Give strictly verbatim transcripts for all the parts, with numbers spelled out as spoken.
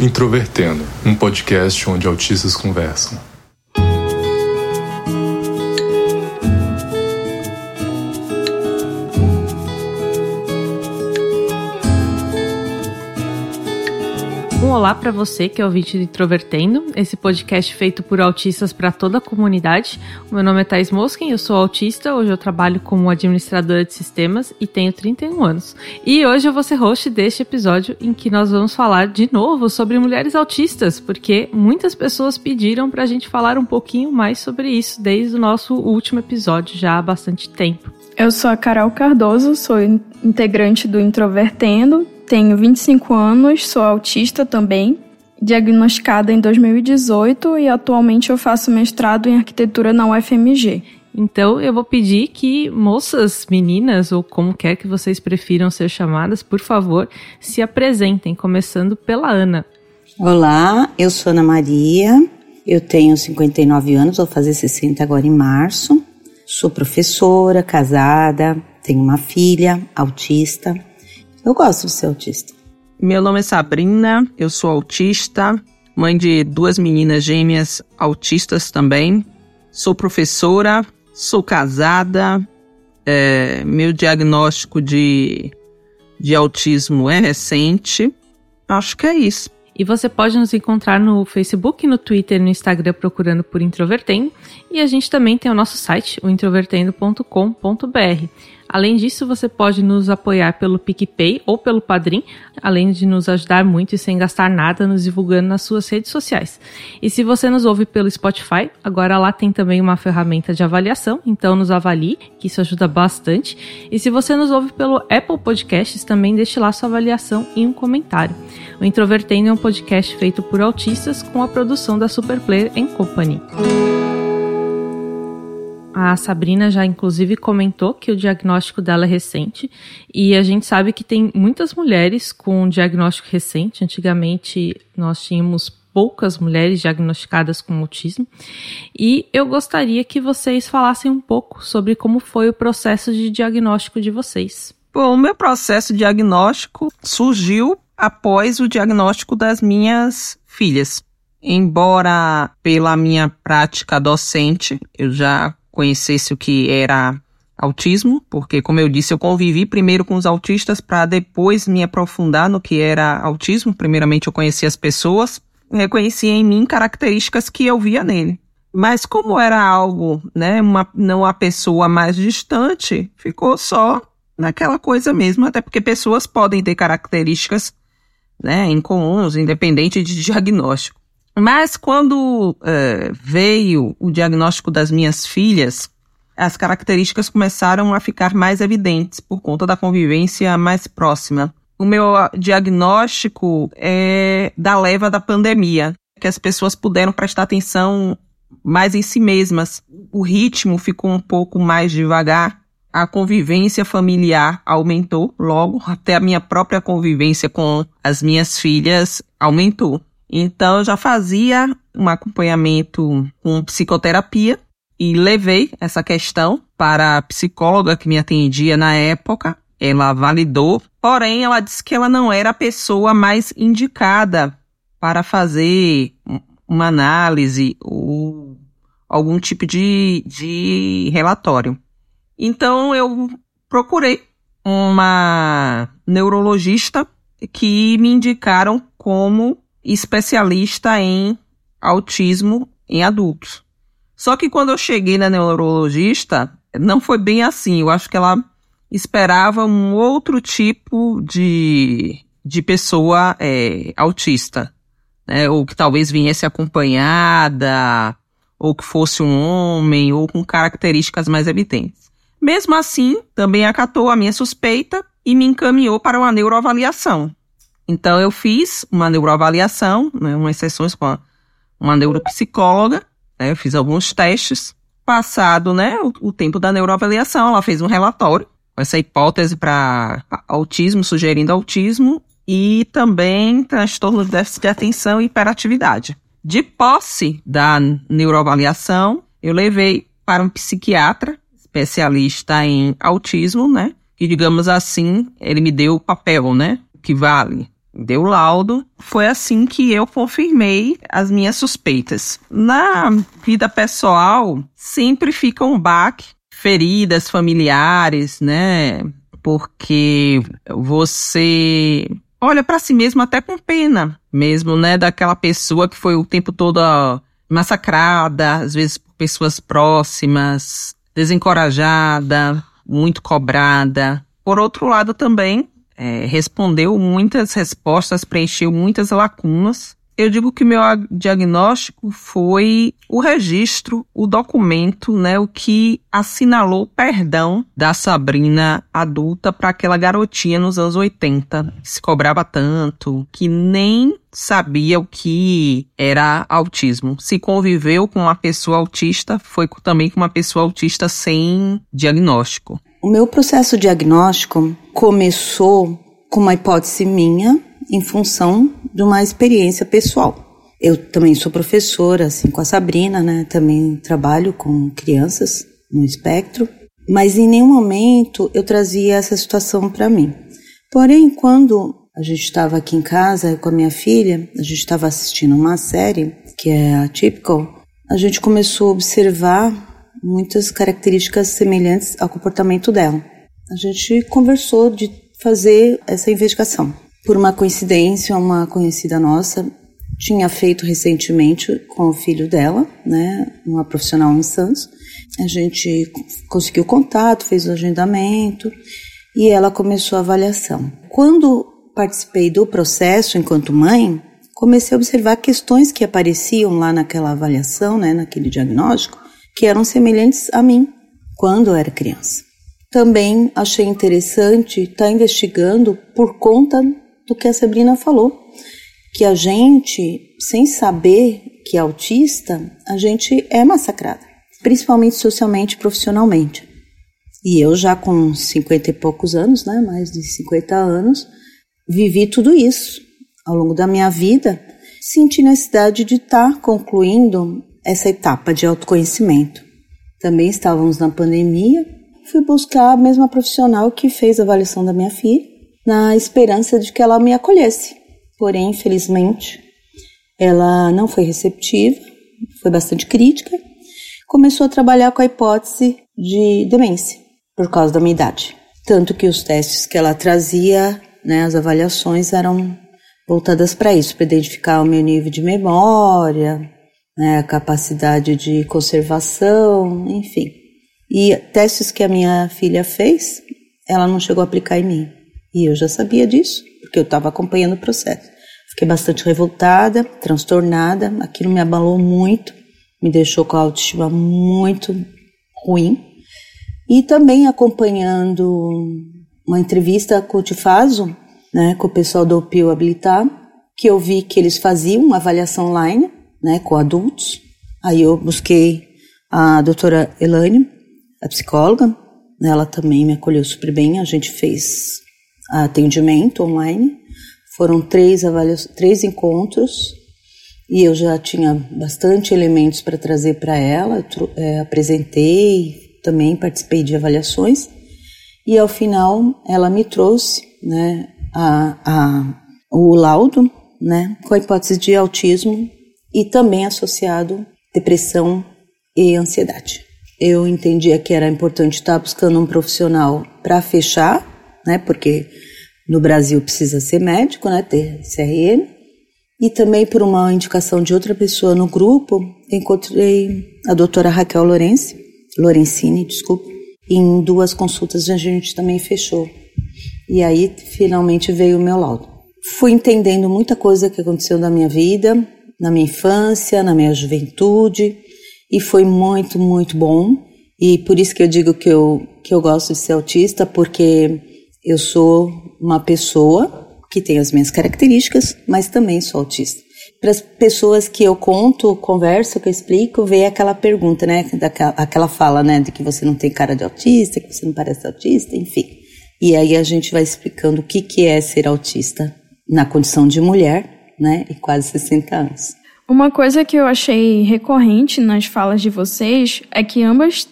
Introvertendo, um podcast onde autistas conversam. Um olá para você que é ouvinte do Introvertendo, esse podcast feito por autistas para toda a comunidade. O meu nome é Thais Mosken, eu sou autista, hoje eu trabalho como administradora de sistemas e tenho trinta e um anos. E hoje eu vou ser host deste episódio em que nós vamos falar de novo sobre mulheres autistas, porque muitas pessoas pediram para a gente falar um pouquinho mais sobre isso desde o nosso último episódio, já há bastante tempo. Eu sou a Carol Cardoso, sou integrante do Introvertendo. Tenho vinte e cinco anos, sou autista também, diagnosticada em dois mil e dezoito e atualmente eu faço mestrado em arquitetura na U F M G. Então eu vou pedir que moças, meninas ou como quer que vocês prefiram ser chamadas, por favor, se apresentem, começando pela Ana. Olá, eu sou Ana Maria, eu tenho cinquenta e nove anos, vou fazer sessenta agora em março. Sou professora, casada, tenho uma filha autista. Eu gosto de ser autista. Meu nome é Sabrina, eu sou autista, mãe de duas meninas gêmeas autistas também. Sou professora, sou casada, é, meu diagnóstico de, de autismo é recente. Acho que é isso. E você pode nos encontrar no Facebook, no Twitter e no Instagram procurando por Introvertendo. E a gente também tem o nosso site, o introvertendo ponto com ponto b r. Além disso, você pode nos apoiar pelo PicPay ou pelo Padrim, além de nos ajudar muito e sem gastar nada nos divulgando nas suas redes sociais. E se você nos ouve pelo Spotify, agora lá tem também uma ferramenta de avaliação, então nos avalie, que isso ajuda bastante. E se você nos ouve pelo Apple Podcasts, também deixe lá sua avaliação e um comentário. O Introvertendo é um podcast feito por autistas com a produção da Superplayer and Company. A Sabrina já inclusive comentou que o diagnóstico dela é recente e a gente sabe que tem muitas mulheres com diagnóstico recente. Antigamente nós tínhamos poucas mulheres diagnosticadas com autismo e eu gostaria que vocês falassem um pouco sobre como foi o processo de diagnóstico de vocês. Bom, o meu processo diagnóstico surgiu após o diagnóstico das minhas filhas. Embora pela minha prática docente eu já conhecesse o que era autismo, porque, como eu disse, eu convivi primeiro com os autistas para depois me aprofundar no que era autismo. Primeiramente, eu conheci as pessoas, reconheci em mim características que eu via nele. Mas como era algo, né, uma, não a pessoa mais distante, ficou só naquela coisa mesmo, até porque pessoas podem ter características, né, incomuns, independente de diagnóstico. Mas quando é, veio o diagnóstico das minhas filhas, as características começaram a ficar mais evidentes por conta da convivência mais próxima. O meu diagnóstico é da leva da pandemia, que as pessoas puderam prestar atenção mais em si mesmas. O ritmo ficou um pouco mais devagar, a convivência familiar aumentou, logo até a minha própria convivência com as minhas filhas aumentou. Então, eu já fazia um acompanhamento com psicoterapia e levei essa questão para a psicóloga que me atendia na época. Ela validou, porém, ela disse que ela não era a pessoa mais indicada para fazer uma análise ou algum tipo de, de relatório. Então, eu procurei uma neurologista que me indicaram como especialista em autismo em adultos. Só que quando eu cheguei na neurologista, não foi bem assim. Eu acho que ela esperava um outro tipo de, de pessoa é, autista, né? Ou que talvez viesse acompanhada, ou que fosse um homem, ou com características mais evidentes. Mesmo assim, também acatou a minha suspeita e me encaminhou para uma neuroavaliação. Então, eu fiz uma neuroavaliação, né, umas sessões com uma neuropsicóloga, né, eu fiz alguns testes. Passado, né, o, o tempo da neuroavaliação, ela fez um relatório com essa hipótese para autismo, sugerindo autismo e também transtorno de déficit de atenção e hiperatividade. De posse da neuroavaliação, eu levei para um psiquiatra, especialista em autismo, né, que, digamos assim, ele me deu o papel, né, que vale. deu o laudo. Foi assim que eu confirmei as minhas suspeitas. Na vida pessoal, sempre fica um baque, feridas familiares, né? Porque você olha para si mesmo até com pena mesmo, né? Daquela pessoa que foi o tempo todo massacrada, às vezes por pessoas próximas, desencorajada, muito cobrada. Por outro lado também, é, respondeu muitas respostas, preencheu muitas lacunas. Eu digo que o meu diagnóstico foi o registro, o documento, né, o que assinalou o perdão da Sabrina adulta para aquela garotinha nos anos oitenta, que se cobrava tanto, que nem sabia o que era autismo. Se conviveu com uma pessoa autista, foi também com uma pessoa autista sem diagnóstico. O meu processo diagnóstico começou com uma hipótese minha, em função de uma experiência pessoal. Eu também sou professora, assim, com a Sabrina, né? Também trabalho com crianças no espectro, mas em nenhum momento eu trazia essa situação para mim. Porém, quando a gente estava aqui em casa com a minha filha, a gente estava assistindo uma série, que é a Typical, a gente começou a observar muitas características semelhantes ao comportamento dela. A gente conversou de fazer essa investigação. Por uma coincidência, uma conhecida nossa tinha feito recentemente com o filho dela, né, uma profissional em Santos. A gente conseguiu contato, fez o agendamento e ela começou a avaliação. Quando participei do processo enquanto mãe, comecei a observar questões que apareciam lá naquela avaliação, né, naquele diagnóstico, que eram semelhantes a mim quando eu era criança. Também achei interessante estar investigando por conta do que a Sabrina falou, que a gente, sem saber que é autista, a gente é massacrada, principalmente socialmente e profissionalmente. E eu já com cinquenta e poucos anos, né, mais de cinquenta anos, vivi tudo isso. Ao longo da minha vida, senti necessidade de estar concluindo essa etapa de autoconhecimento. Também estávamos na pandemia, fui buscar a mesma profissional que fez a avaliação da minha filha, na esperança de que ela me acolhesse. Porém, infelizmente, ela não foi receptiva, foi bastante crítica, começou a trabalhar com a hipótese de demência, por causa da minha idade. Tanto que os testes que ela trazia, né, as avaliações eram voltadas para isso, para identificar o meu nível de memória, né, a capacidade de conservação, enfim. E testes que a minha filha fez, ela não chegou a aplicar em mim. E eu já sabia disso, porque eu estava acompanhando o processo. Fiquei bastante revoltada, transtornada, aquilo me abalou muito, me deixou com a autoestima muito ruim. E também acompanhando uma entrevista com o Tifazo, né, com o pessoal do Opio Habilitar, que eu vi que eles faziam uma avaliação online, né, com adultos. Aí eu busquei a doutora Elane, a psicóloga, ela também me acolheu super bem, a gente fez atendimento online, foram três, avaliações, três encontros e eu já tinha bastante elementos para trazer para ela, eu, é, apresentei, também participei de avaliações e ao final ela me trouxe, né, a, a, o laudo, né, com a hipótese de autismo e também associado depressão e ansiedade. Eu entendia que era importante estar buscando um profissional para fechar, né, porque no Brasil precisa ser médico, né, ter C R M, e também por uma indicação de outra pessoa no grupo, encontrei a doutora Raquel Lorenzi, Lorenzini, desculpa, em duas consultas a gente também fechou. E aí finalmente veio o meu laudo. Fui entendendo muita coisa que aconteceu na minha vida, na minha infância, na minha juventude, e foi muito, muito bom. E por isso que eu digo que eu, que eu gosto de ser autista, porque eu sou uma pessoa que tem as minhas características, mas também sou autista. Para as pessoas que eu conto, converso, que eu explico, vem aquela pergunta, né, daquela, aquela fala, né, de que você não tem cara de autista, que você não parece autista, enfim. E aí a gente vai explicando o que, que é ser autista na condição de mulher, né, e quase sessenta anos. Uma coisa que eu achei recorrente nas falas de vocês é que ambas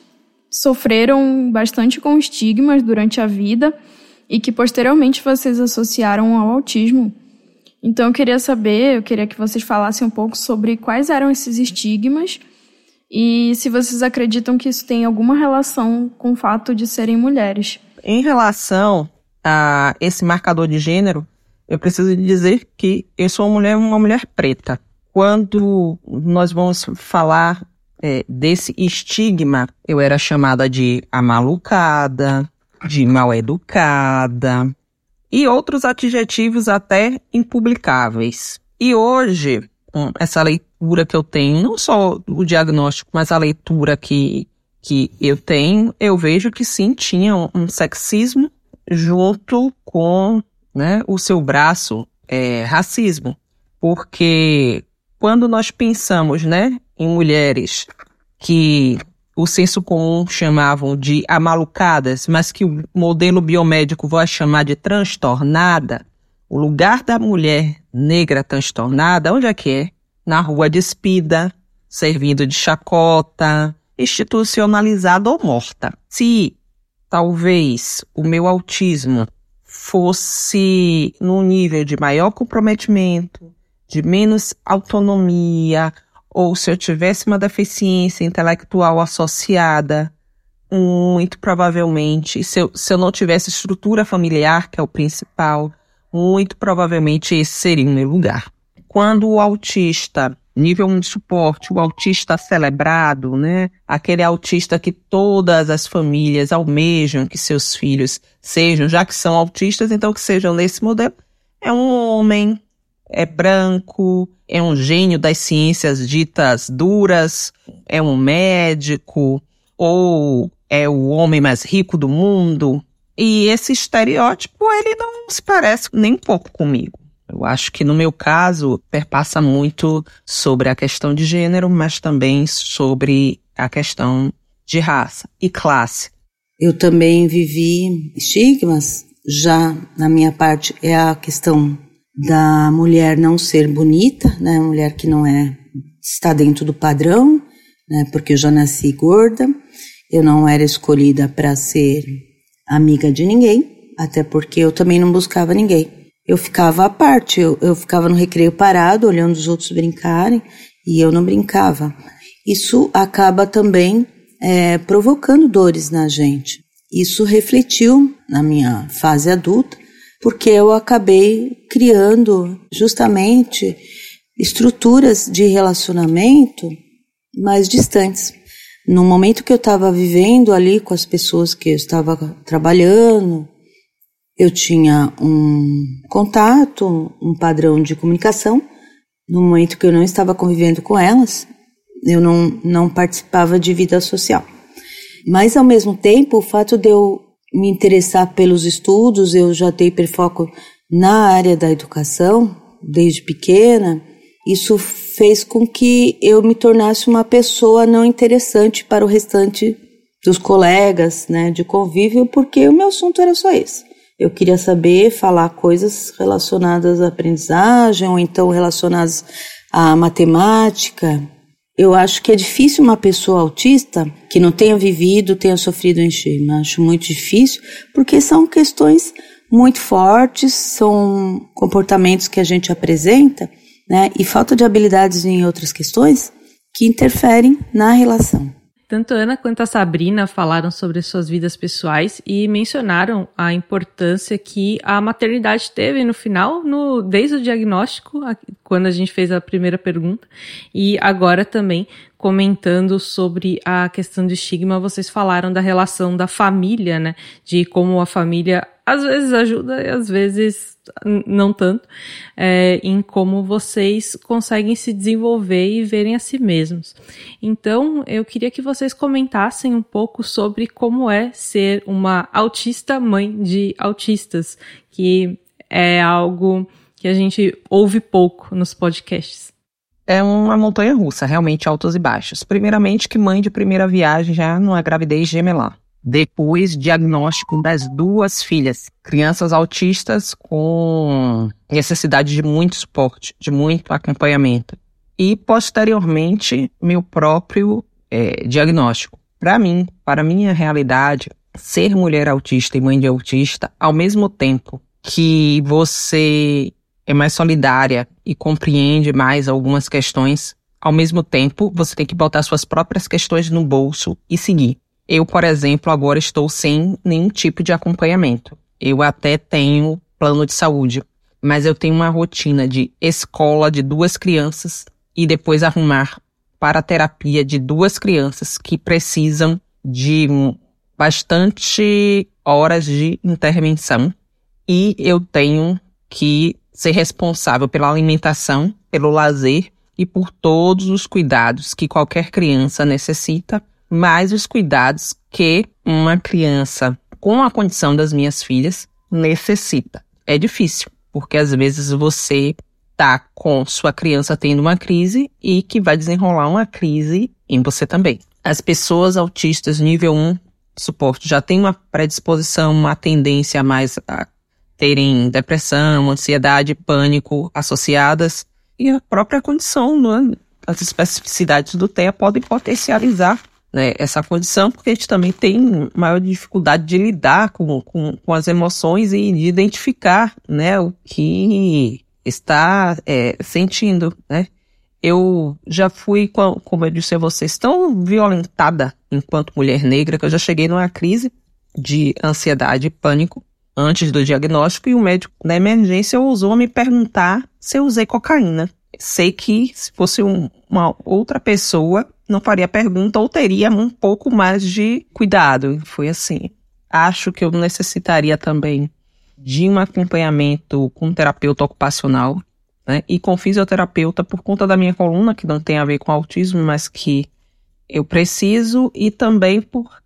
sofreram bastante com estigmas durante a vida e que posteriormente vocês associaram ao autismo. Então eu queria saber, eu queria que vocês falassem um pouco sobre quais eram esses estigmas e se vocês acreditam que isso tem alguma relação com o fato de serem mulheres. Em relação a esse marcador de gênero, eu preciso dizer que eu sou uma mulher, uma mulher preta. Quando nós vamos falar é, desse estigma, eu era chamada de amalucada, de mal educada e outros adjetivos até impublicáveis. E hoje, com essa leitura que eu tenho, não só o diagnóstico, mas a leitura que, que eu tenho, eu vejo que sim, tinha um, um sexismo junto com, né, o seu braço é, racismo. Porque quando nós pensamos, né, em mulheres que o senso comum chamavam de amalucadas, mas que o modelo biomédico vai chamar de transtornada, o lugar da mulher negra transtornada, onde é que é? Na rua despida, servindo de chacota, institucionalizada ou morta. Se talvez o meu autismo fosse num nível de maior comprometimento, de menos autonomia, ou se eu tivesse uma deficiência intelectual associada, muito provavelmente, se eu, se eu não tivesse estrutura familiar, que é o principal, muito provavelmente esse seria o meu lugar. Quando o autista, nível um de suporte, o autista celebrado, né, aquele autista que todas as famílias almejam que seus filhos sejam, já que são autistas, então que sejam nesse modelo, é um homem, é branco, é um gênio das ciências ditas duras, é um médico, ou é o homem mais rico do mundo. E esse estereótipo, ele não se parece nem um pouco comigo. Eu acho que no meu caso, perpassa muito sobre a questão de gênero, mas também sobre a questão de raça e classe. Eu também vivi estigmas, já na minha parte é a questão da mulher não ser bonita, né, mulher que não é, está dentro do padrão, né, porque eu já nasci gorda, eu não era escolhida para ser amiga de ninguém, até porque eu também não buscava ninguém. Eu ficava à parte, eu, eu ficava no recreio parado, olhando os outros brincarem, e eu não brincava. Isso acaba também é, provocando dores na gente. Isso refletiu na minha fase adulta, porque eu acabei criando justamente estruturas de relacionamento mais distantes. No momento que eu estava vivendo ali com as pessoas que eu estava trabalhando, eu tinha um contato, um padrão de comunicação. No momento que eu não estava convivendo com elas, eu não, não participava de vida social. Mas, ao mesmo tempo, o fato de eu me interessar pelos estudos, eu já dei hiperfoco na área da educação, desde pequena, isso fez com que eu me tornasse uma pessoa não interessante para o restante dos colegas, né, de convívio, porque o meu assunto era só esse. Eu queria saber falar coisas relacionadas à aprendizagem ou então relacionadas à matemática. Eu acho que é difícil uma pessoa autista que não tenha vivido, tenha sofrido um estigma. Acho muito difícil, porque são questões muito fortes, são comportamentos que a gente apresenta, né, e falta de habilidades em outras questões que interferem na relação. Tanto a Ana quanto a Sabrina falaram sobre suas vidas pessoais e mencionaram a importância que a maternidade teve no final, no, desde o diagnóstico, quando a gente fez a primeira pergunta, e agora também comentando sobre a questão do estigma, vocês falaram da relação da família, né, de como a família às vezes ajuda e às vezes não tanto, é, em como vocês conseguem se desenvolver e verem a si mesmos. Então, eu queria que vocês comentassem um pouco sobre como é ser uma autista mãe de autistas, que é algo que a gente ouve pouco nos podcasts. É uma montanha-russa, realmente altos e baixos. Primeiramente, que mãe de primeira viagem já numa gravidez gemelar. Depois, diagnóstico das duas filhas, crianças autistas com necessidade de muito suporte, de muito acompanhamento. E, posteriormente, meu próprio é, diagnóstico. Para mim, para a minha realidade, ser mulher autista e mãe de autista, ao mesmo tempo que você é mais solidária e compreende mais algumas questões, ao mesmo tempo você tem que botar suas próprias questões no bolso e seguir. Eu, por exemplo, agora estou sem nenhum tipo de acompanhamento. Eu até tenho plano de saúde, mas eu tenho uma rotina de escola de duas crianças e depois arrumar para a terapia de duas crianças que precisam de bastante horas de intervenção. E eu tenho que ser responsável pela alimentação, pelo lazer e por todos os cuidados que qualquer criança necessita, mais os cuidados que uma criança com a condição das minhas filhas necessita. É difícil, porque às vezes você tá com sua criança tendo uma crise e que vai desenrolar uma crise em você também. As pessoas autistas nível um suporte já têm uma predisposição, uma tendência mais a terem depressão, ansiedade, pânico associadas, e a própria condição, né? As especificidades do T E A podem potencializar, né, essa condição, porque a gente também tem maior dificuldade de lidar com, com, com as emoções e de identificar, né, o que está é, sentindo, né. Eu já fui, como eu disse a vocês, tão violentada enquanto mulher negra que eu já cheguei numa crise de ansiedade e pânico antes do diagnóstico, e o médico na emergência ousou me perguntar se eu usei cocaína. Sei que se fosse um, uma outra pessoa não faria pergunta ou teria um pouco mais de cuidado. Foi assim. Acho que eu necessitaria também de um acompanhamento com um terapeuta ocupacional, né, e com fisioterapeuta por conta da minha coluna, que não tem a ver com autismo, mas que eu preciso, e também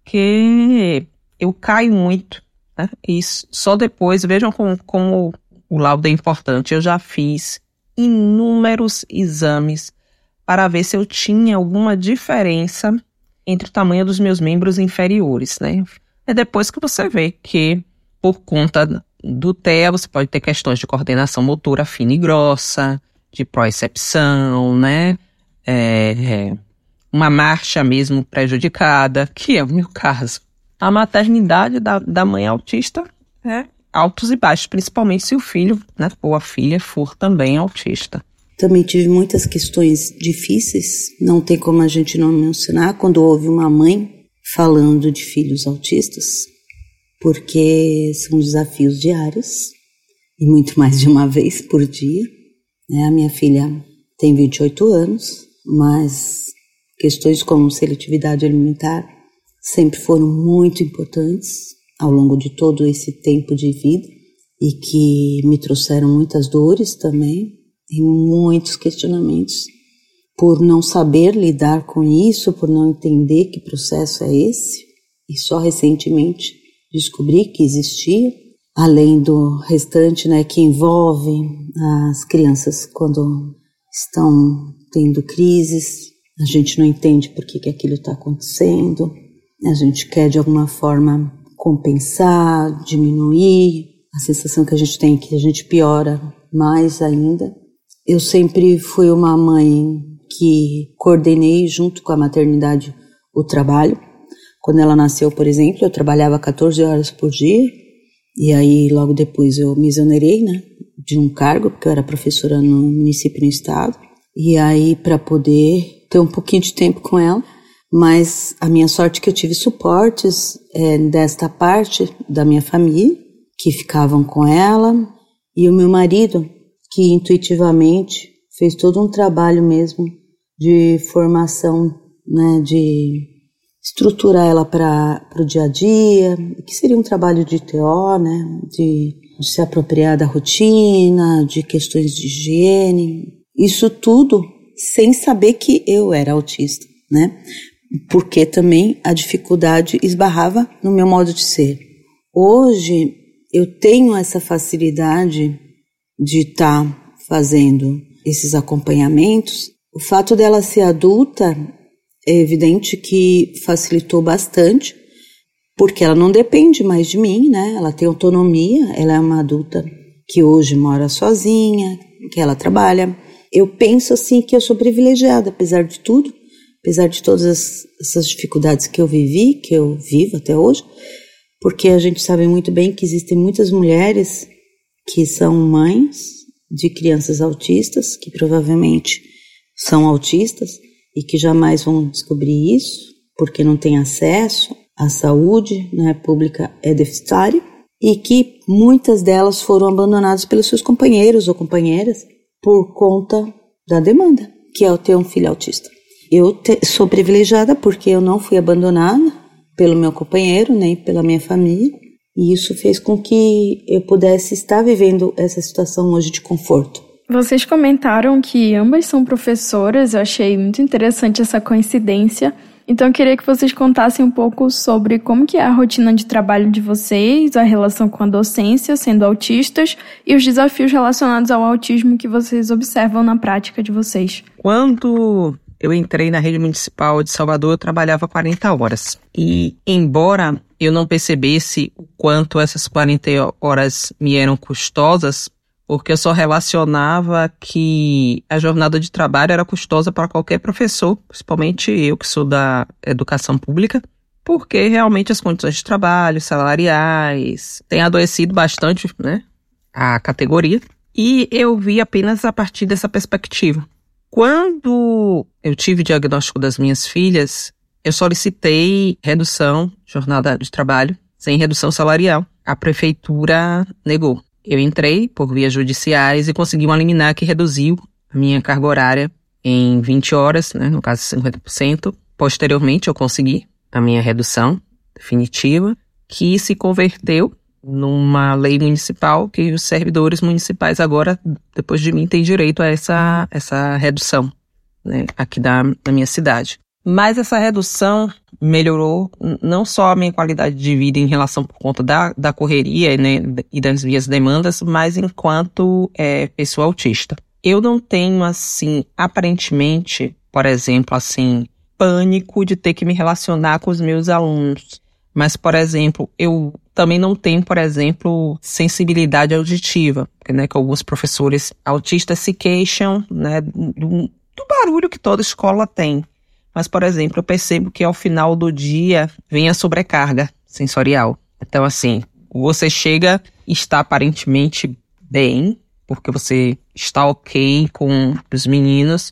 porque eu caio muito. Né? E só depois, vejam como, como o laudo é importante, eu já fiz inúmeros exames para ver se eu tinha alguma diferença entre o tamanho dos meus membros inferiores, né? É depois que você vê que, por conta do T E A, você pode ter questões de coordenação motora fina e grossa, de propriocepção, né? É, uma marcha mesmo prejudicada, que é o meu caso. A maternidade da, da mãe autista é altos e baixos, principalmente se o filho, né, ou a filha for também autista. Também tive muitas questões difíceis, não tem como a gente não mencionar, quando houve uma mãe falando de filhos autistas, porque são desafios diários, e muito mais de uma vez por dia. A minha filha tem vinte e oito anos, mas questões como seletividade alimentar sempre foram muito importantes ao longo de todo esse tempo de vida e que me trouxeram muitas dores também e muitos questionamentos por não saber lidar com isso, por não entender que processo é esse, e só recentemente descobri que existia, além do restante, né, que envolve as crianças quando estão tendo crises. A gente não entende por que, que aquilo está acontecendo. A gente quer, de alguma forma, compensar, diminuir. A sensação que a gente tem é que a gente piora mais ainda. Eu sempre fui uma mãe que coordenei, junto com a maternidade, o trabalho. Quando ela nasceu, por exemplo, eu trabalhava catorze horas por dia. E aí, logo depois, eu me exonerei, né, de um cargo, porque eu era professora no município e no estado. E aí, para poder ter um pouquinho de tempo com ela. Mas a minha sorte é que eu tive suportes é, desta parte da minha família, que ficavam com ela, e o meu marido, que intuitivamente fez todo um trabalho mesmo de formação, né, de estruturar ela para o dia a dia, que seria um trabalho de T O, né, de, de se apropriar da rotina, de questões de higiene, isso tudo sem saber que eu era autista, né? Porque também a dificuldade esbarrava no meu modo de ser. Hoje eu tenho essa facilidade de estar tá fazendo esses acompanhamentos. O fato dela ser adulta é evidente que facilitou bastante, porque ela não depende mais de mim, né? Ela tem autonomia, ela é uma adulta que hoje mora sozinha, que ela trabalha. Eu penso assim que eu sou privilegiada, apesar de tudo, apesar de todas essas dificuldades que eu vivi, que eu vivo até hoje, porque a gente sabe muito bem que existem muitas mulheres que são mães de crianças autistas, que provavelmente são autistas e que jamais vão descobrir isso, porque não têm acesso à saúde, né, pública é deficitária, e que muitas delas foram abandonadas pelos seus companheiros ou companheiras por conta da demanda, que é o ter um filho autista. Eu te, sou privilegiada porque eu não fui abandonada pelo meu companheiro, nem pela minha família, e isso fez com que eu pudesse estar vivendo essa situação hoje de conforto. Vocês comentaram que ambas são professoras, eu achei muito interessante essa coincidência. Então eu queria que vocês contassem um pouco sobre como que é a rotina de trabalho de vocês, a relação com a docência, sendo autistas, e os desafios relacionados ao autismo que vocês observam na prática de vocês. Quando eu entrei na rede municipal de Salvador, eu trabalhava quarenta horas. E embora eu não percebesse o quanto essas quarenta horas me eram custosas, porque eu só relacionava que a jornada de trabalho era custosa para qualquer professor, principalmente eu que sou da educação pública, porque realmente as condições de trabalho, salariais, têm adoecido bastante, né, a categoria, e eu vi apenas a partir dessa perspectiva. Quando eu tive o diagnóstico das minhas filhas, eu solicitei redução de jornada de trabalho sem redução salarial. A prefeitura negou. Eu entrei por vias judiciais e consegui uma liminar que reduziu a minha carga horária em vinte horas, né, no caso cinquenta por cento. Posteriormente, eu consegui a minha redução definitiva, que se converteu numa lei municipal que os servidores municipais agora, depois de mim, têm direito a essa, essa redução, né, aqui da, da minha cidade. Mas essa redução melhorou não só a minha qualidade de vida em relação por conta da, da correria, né, e das minhas demandas, mas enquanto é, pessoa autista. Eu não tenho, assim, aparentemente, por exemplo, assim, pânico de ter que me relacionar com os meus alunos. Mas, por exemplo, eu também não tenho, por exemplo, sensibilidade auditiva, né, que alguns professores autistas se queixam, né, do, do barulho que toda escola tem. Mas, por exemplo, eu percebo que ao final do dia vem a sobrecarga sensorial. Então, assim, você chega e está aparentemente bem, porque você está ok com os meninos,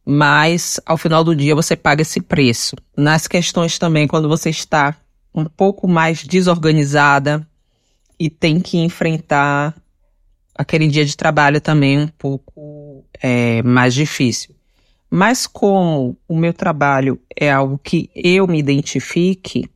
mas ao final do dia você paga esse preço. Nas questões também, quando você está um pouco mais desorganizada e tem que enfrentar aquele dia de trabalho também um pouco é, mais difícil. Mas como o meu trabalho é algo que eu me identifique,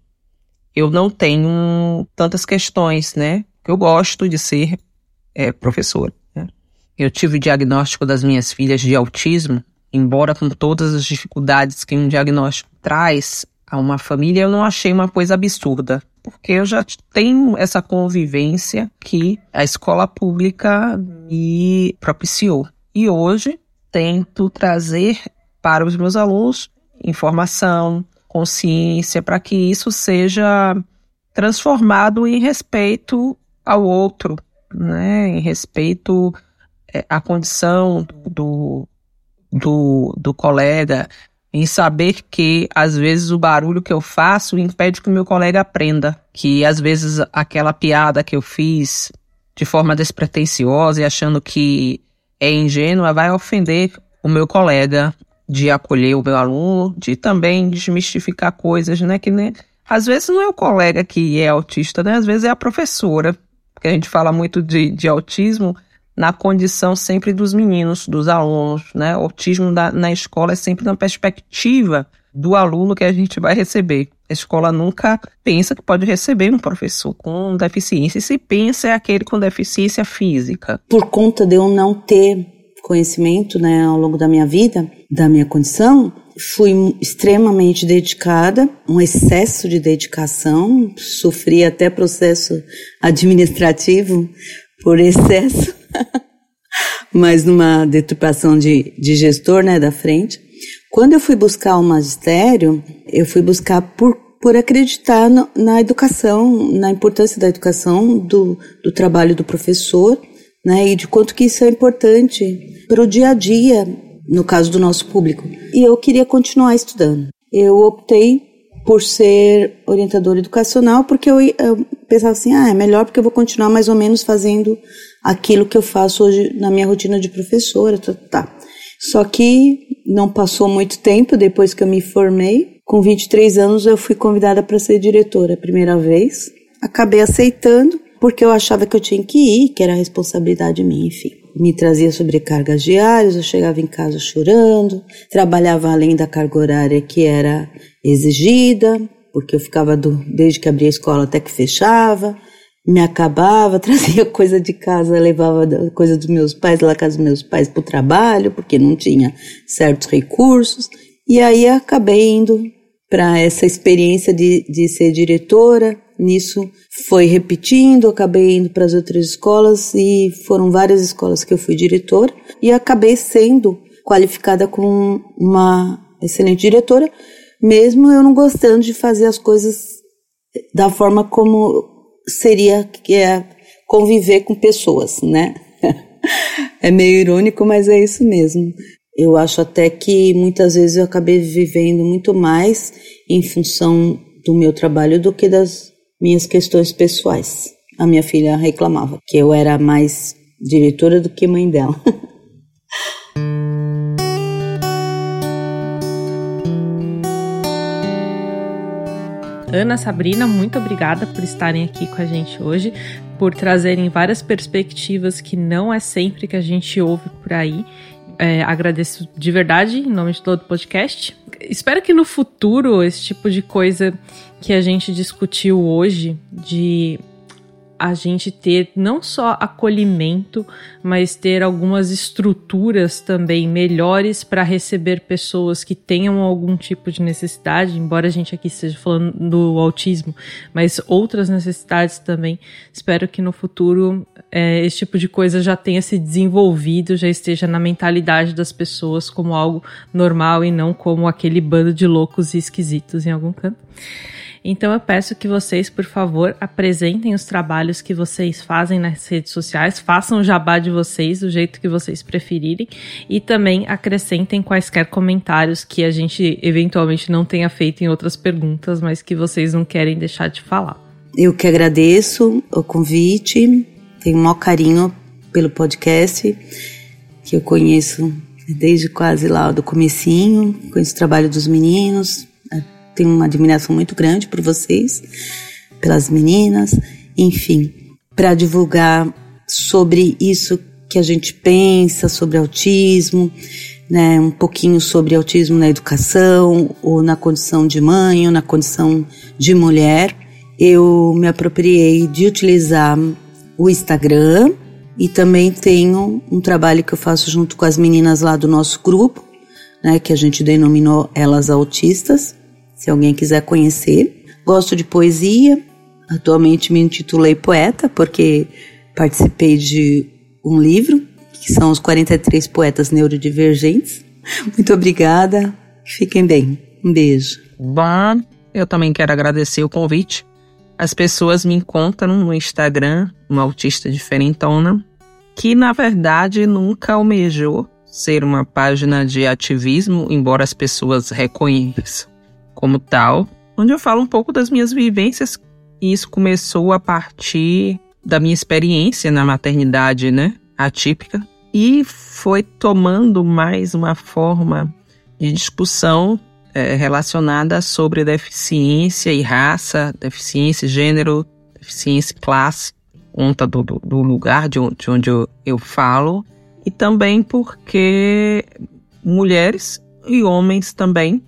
eu não tenho tantas questões, né? Eu gosto de ser é, professora, né? Eu tive o diagnóstico das minhas filhas de autismo, embora com todas as dificuldades que um diagnóstico traz a uma família, eu não achei uma coisa absurda, porque eu já tenho essa convivência que a escola pública me propiciou. E hoje tento trazer para os meus alunos informação, consciência, para que isso seja transformado em respeito ao outro, né? Em respeito é, à condição do, do, do colega, em saber que, às vezes, o barulho que eu faço impede que o meu colega aprenda, que, às vezes, aquela piada que eu fiz de forma despretensiosa e achando que é ingênua, vai ofender o meu colega, de acolher o meu aluno, de também desmistificar coisas, né, que né, às vezes não é o colega que é autista, né, às vezes é a professora, porque a gente fala muito de, de autismo na condição sempre dos meninos, dos alunos, né, o autismo da, na escola é sempre na perspectiva do aluno que a gente vai receber. A escola nunca pensa que pode receber um professor com deficiência, e se pensa é aquele com deficiência física. Por conta de eu não ter conhecimento, né, ao longo da minha vida, da minha condição, fui extremamente dedicada, um excesso de dedicação, sofri até processo administrativo por excesso, mas numa deturpação de, de gestor, né, da frente. Quando eu fui buscar o magistério, eu fui buscar por, por acreditar no, na educação, na importância da educação, do, do trabalho do professor, né, e de quanto que isso é importante para o dia a dia, no caso do nosso público. E eu queria continuar estudando. Eu optei por ser orientadora educacional porque eu, eu pensava assim, ah, é melhor porque eu vou continuar mais ou menos fazendo aquilo que eu faço hoje na minha rotina de professora, tá, tá. Só que não passou muito tempo depois que eu me formei. Com vinte e três anos eu fui convidada para ser diretora a primeira vez. Acabei aceitando porque eu achava que eu tinha que ir, que era responsabilidade minha, enfim. Me trazia sobrecargas diárias, eu chegava em casa chorando, trabalhava além da carga horária que era exigida, porque eu ficava do, desde que abria a escola até que fechava, me acabava, trazia coisa de casa, levava coisa dos meus pais, lá casa dos meus pais para o trabalho, porque não tinha certos recursos, e aí acabei indo para essa experiência de, de ser diretora. Nisso foi repetindo, acabei indo para as outras escolas e foram várias escolas que eu fui diretora e acabei sendo qualificada como uma excelente diretora, mesmo eu não gostando de fazer as coisas da forma como seria, que é conviver com pessoas, né? É meio irônico, mas é isso mesmo. Eu acho até que muitas vezes eu acabei vivendo muito mais em função do meu trabalho do que das minhas questões pessoais. A minha filha reclamava que eu era mais diretora do que mãe dela. Ana, Sabrina, muito obrigada por estarem aqui com a gente hoje, por trazerem várias perspectivas que não é sempre que a gente ouve por aí. É, agradeço de verdade, em nome de todo o podcast. Espero que no futuro esse tipo de coisa que a gente discutiu hoje, de a gente ter não só acolhimento, mas ter algumas estruturas também melhores para receber pessoas que tenham algum tipo de necessidade, embora a gente aqui esteja falando do autismo, mas outras necessidades também. Espero que no futuro é, esse tipo de coisa já tenha se desenvolvido, já esteja na mentalidade das pessoas como algo normal e não como aquele bando de loucos e esquisitos em algum canto. Então eu peço que vocês, por favor, apresentem os trabalhos que vocês fazem nas redes sociais, façam o jabá de vocês do jeito que vocês preferirem e também acrescentem quaisquer comentários que a gente eventualmente não tenha feito em outras perguntas, mas que vocês não querem deixar de falar. Eu que agradeço o convite, tenho um maior carinho pelo podcast, que eu conheço desde quase lá do comecinho, conheço o trabalho dos meninos, tenho uma admiração muito grande por vocês, pelas meninas, enfim, para divulgar sobre isso que a gente pensa, sobre autismo, né, um pouquinho sobre autismo na educação, ou na condição de mãe, ou na condição de mulher. Eu me apropriei de utilizar o Instagram e também tenho um trabalho que eu faço junto com as meninas lá do nosso grupo, né, que a gente denominou Elas Autistas, se alguém quiser conhecer. Gosto de poesia, atualmente me intitulei poeta, porque participei de um livro, que são os quarenta e três Poetas Neurodivergentes. Muito obrigada, fiquem bem, um beijo. Bom, eu também quero agradecer o convite. As pessoas me encontram no Instagram, uma autista diferentona, que na verdade nunca almejou ser uma página de ativismo, embora as pessoas reconheçam como tal, onde eu falo um pouco das minhas vivências, e isso começou a partir da minha experiência na maternidade, né, atípica, e foi tomando mais uma forma de discussão é, relacionada sobre deficiência e raça, deficiência, gênero, deficiência e classe, conta do, do lugar de onde, de onde eu, eu falo, e também porque mulheres e homens também,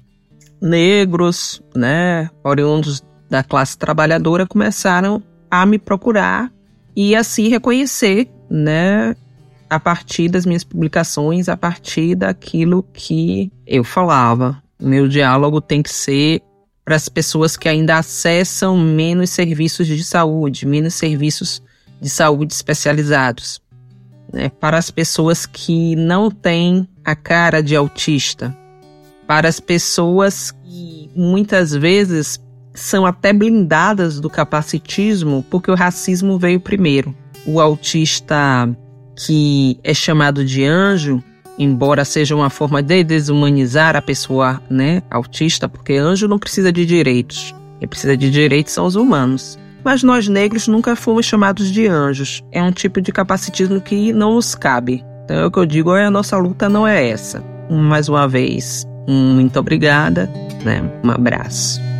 negros, né, oriundos da classe trabalhadora, começaram a me procurar e a se reconhecer, né, a partir das minhas publicações, a partir daquilo que eu falava. O meu diálogo tem que ser para as pessoas que ainda acessam menos serviços de saúde, menos serviços de saúde especializados, né, para as pessoas que não têm a cara de autista, para as pessoas que muitas vezes são até blindadas do capacitismo, porque o racismo veio primeiro. O autista que é chamado de anjo, embora seja uma forma de desumanizar a pessoa, né, autista, porque anjo não precisa de direitos. Quem precisa de direitos são os humanos. mas nós negros nunca fomos chamados de anjos. É um tipo de capacitismo que não nos cabe. Então é o que eu digo, a nossa luta não é essa. Mais uma vez, muito obrigada, né? Um abraço.